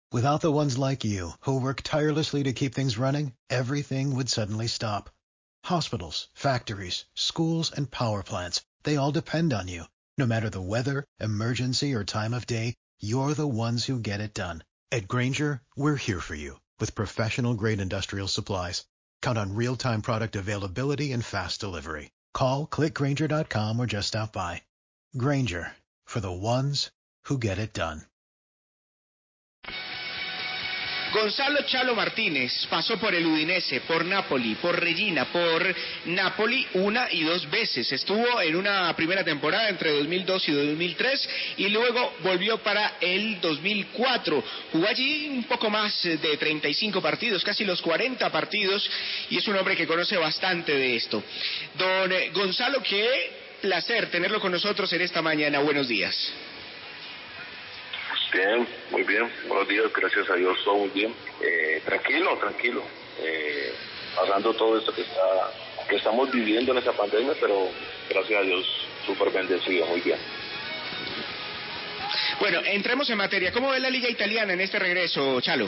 Without the ones like you, who work tirelessly to keep things running, everything would suddenly stop. Hospitals, factories, schools, and power plants, they all depend on you. No matter the weather, emergency, or time of day, you're the ones who get it done. At Grainger, we're here for you with professional-grade industrial supplies. Count on real-time product availability and fast delivery. Call, click Grainger.com, or just stop by. Grainger, for the ones who get it done. Gonzalo Chalo Martínez pasó por el Udinese, por Napoli, por Regina, por Napoli una y dos veces. Estuvo en una primera temporada entre 2002 y 2003 y luego volvió para el 2004. Jugó allí un poco más de 35 partidos, casi los 40 partidos, y es un hombre que conoce bastante de esto. Don Gonzalo, qué placer tenerlo con nosotros en esta mañana. Buenos días. Bien, muy bien, buenos días, gracias a Dios, todo muy bien. Tranquilo, pasando todo esto que estamos viviendo en esta pandemia, pero gracias a Dios, súper bendecido, muy bien. Bueno, entremos en materia. ¿Cómo ve la Liga Italiana en este regreso, Chalo?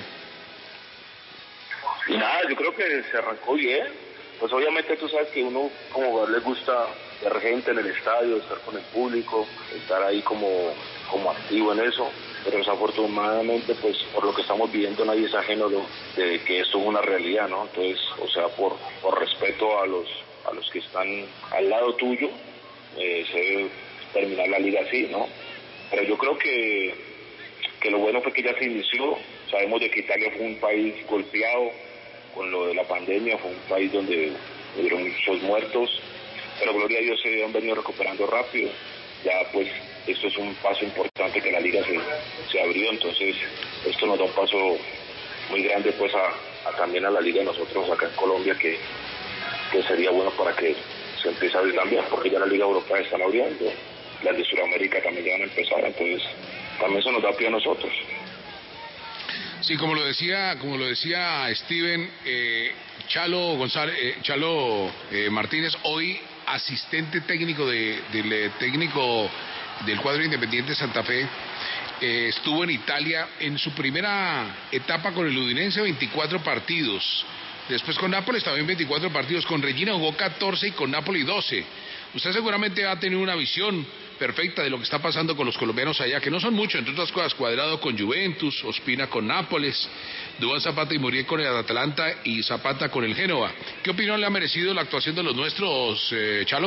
Y nada, yo creo que se arrancó bien. Pues obviamente tú sabes que uno como jugador le gusta ver gente en el estadio, estar con el público, estar ahí como activo en eso. Pero desafortunadamente, pues por lo que estamos viviendo, nadie es ajeno de que esto es una realidad, ¿no? Entonces, o sea, por respeto a los que están al lado tuyo, se debe terminar la liga así, ¿no? Pero yo creo que lo bueno fue que ya se inició. Sabemos de que Italia fue un país golpeado con lo de la pandemia, fue un país donde hubieron muchos muertos, pero gloria a Dios se han venido recuperando rápido. Ya pues esto es un paso importante que la liga se abrió, entonces esto nos da un paso muy grande pues a también a la liga de nosotros acá en Colombia, que sería bueno para que se empiece a abrir también, porque ya la liga europea están abriendo, las de Sudamérica también ya van a empezar, entonces también eso nos da pie a nosotros. Sí, como lo decía Steven, Chalo Martínez, hoy asistente técnico del técnico del cuadro Independiente Santa Fe, estuvo en Italia en su primera etapa con el Udinese, 24 partidos. Después con Nápoles también 24 partidos, con Regina jugó 14 y con Napoli 12. Usted seguramente ha tenido una visión perfecta de lo que está pasando con los colombianos allá, que no son muchos, entre otras cosas, Cuadrado con Juventus, Ospina con Nápoles, Duván Zapata y Muriel con el Atalanta y Zapata con el Génova. ¿Qué opinión le ha merecido la actuación de los nuestros, Chalo?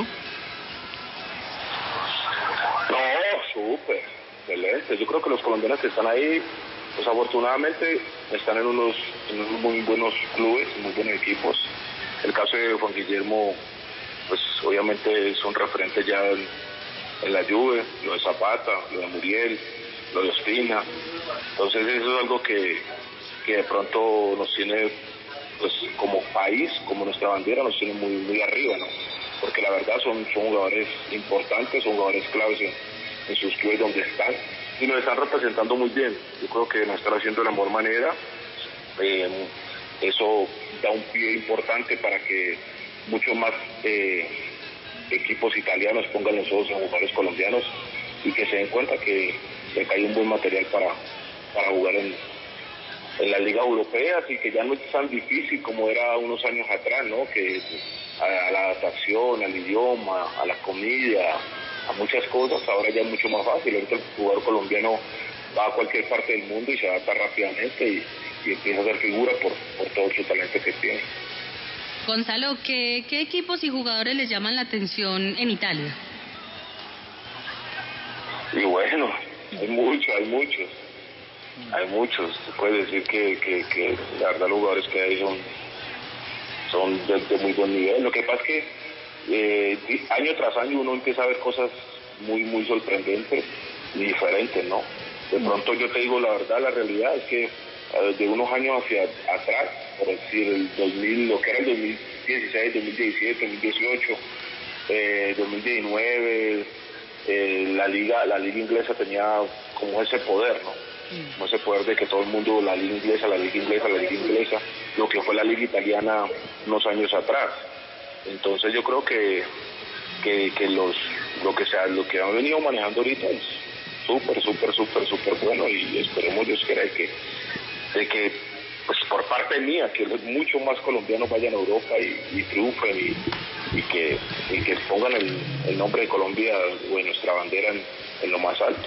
No, súper, excelente. Yo creo que los colombianos que están ahí, pues afortunadamente están en unos muy buenos clubes, muy buenos equipos. El caso de Juan Guillermo, pues obviamente es un referente ya en la Juve, lo de Zapata, lo de Muriel, lo de Ospina. Entonces eso es algo que de pronto nos tiene, pues como país, como nuestra bandera, nos tiene muy, muy arriba, ¿no? Porque la verdad son jugadores importantes, son jugadores claves en sus clubes donde están, y nos están representando muy bien. Yo creo que nos están haciendo de la mejor manera. Eso da un pie importante para que muchos más equipos italianos pongan los ojos en jugadores colombianos y que se den cuenta que hay un buen material para jugar en la liga europea, así que ya no es tan difícil como era unos años atrás, ¿no? Que a la adaptación, al idioma, a la comida, a muchas cosas, ahora ya es mucho más fácil. Ahorita el jugador colombiano va a cualquier parte del mundo y se adapta rápidamente y empieza a hacer figura por todo su talento que tiene. Gonzalo, ¿qué equipos y jugadores les llaman la atención en Italia? Y bueno, hay muchos. Se puede decir que la verdad los jugadores que hay son de muy buen nivel. Lo que pasa es que año tras año uno empieza a ver cosas muy, muy sorprendentes y diferentes, ¿no? De pronto yo te digo la verdad, la realidad es que de unos años hacia atrás, por decir el 2000, lo que era el 2016, 2017, 2018, 2019, la liga inglesa tenía como ese poder, ¿no? Como ese poder de que todo el mundo, la liga inglesa, lo que fue la liga italiana unos años atrás. Entonces yo creo que lo que han venido manejando ahorita es súper bueno, y esperemos Dios quiera de que, pues por parte mía, que muchos más colombianos vayan a Europa y triunfen y que pongan el nombre de Colombia o de nuestra bandera en lo más alto.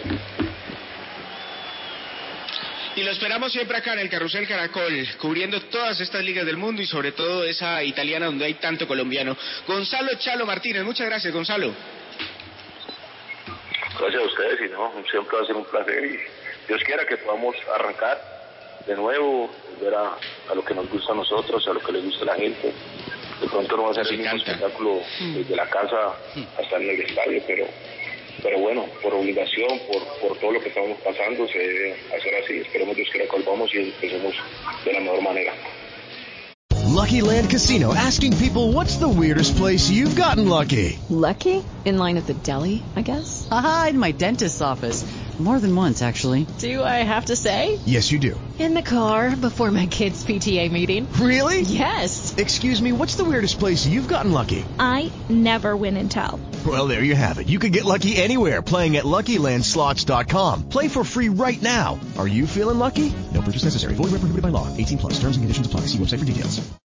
Y lo esperamos siempre acá en el Carrusel Caracol, cubriendo todas estas ligas del mundo y sobre todo esa italiana donde hay tanto colombiano. Gonzalo Chalo Martínez, muchas gracias, Gonzalo. Gracias a ustedes y no, siempre va a ser un placer y Dios quiera que podamos arrancar de nuevo, volver a lo que nos gusta a nosotros, a lo que le gusta a la gente. De pronto no va a ser el mismo espectáculo desde la casa hasta en el estadio, pero bueno, por obligación, por todo lo que estamos pasando, se debe hacer así. Esperemos Dios que volvamos y empecemos de la mejor manera. Lucky Land Casino, asking people, what's the weirdest place you've gotten lucky? Lucky? In line at the deli, I guess? Aha, in my dentist's office. More than once, actually. Do I have to say? Yes, you do. In the car before my kids' PTA meeting. Really? Yes. Excuse me, what's the weirdest place you've gotten lucky? I never win and tell. Well, there you have it. You can get lucky anywhere, playing at LuckyLandSlots.com. Play for free right now. Are you feeling lucky? No purchase necessary. Void where prohibited by law. 18+. Terms and conditions apply. See website for details.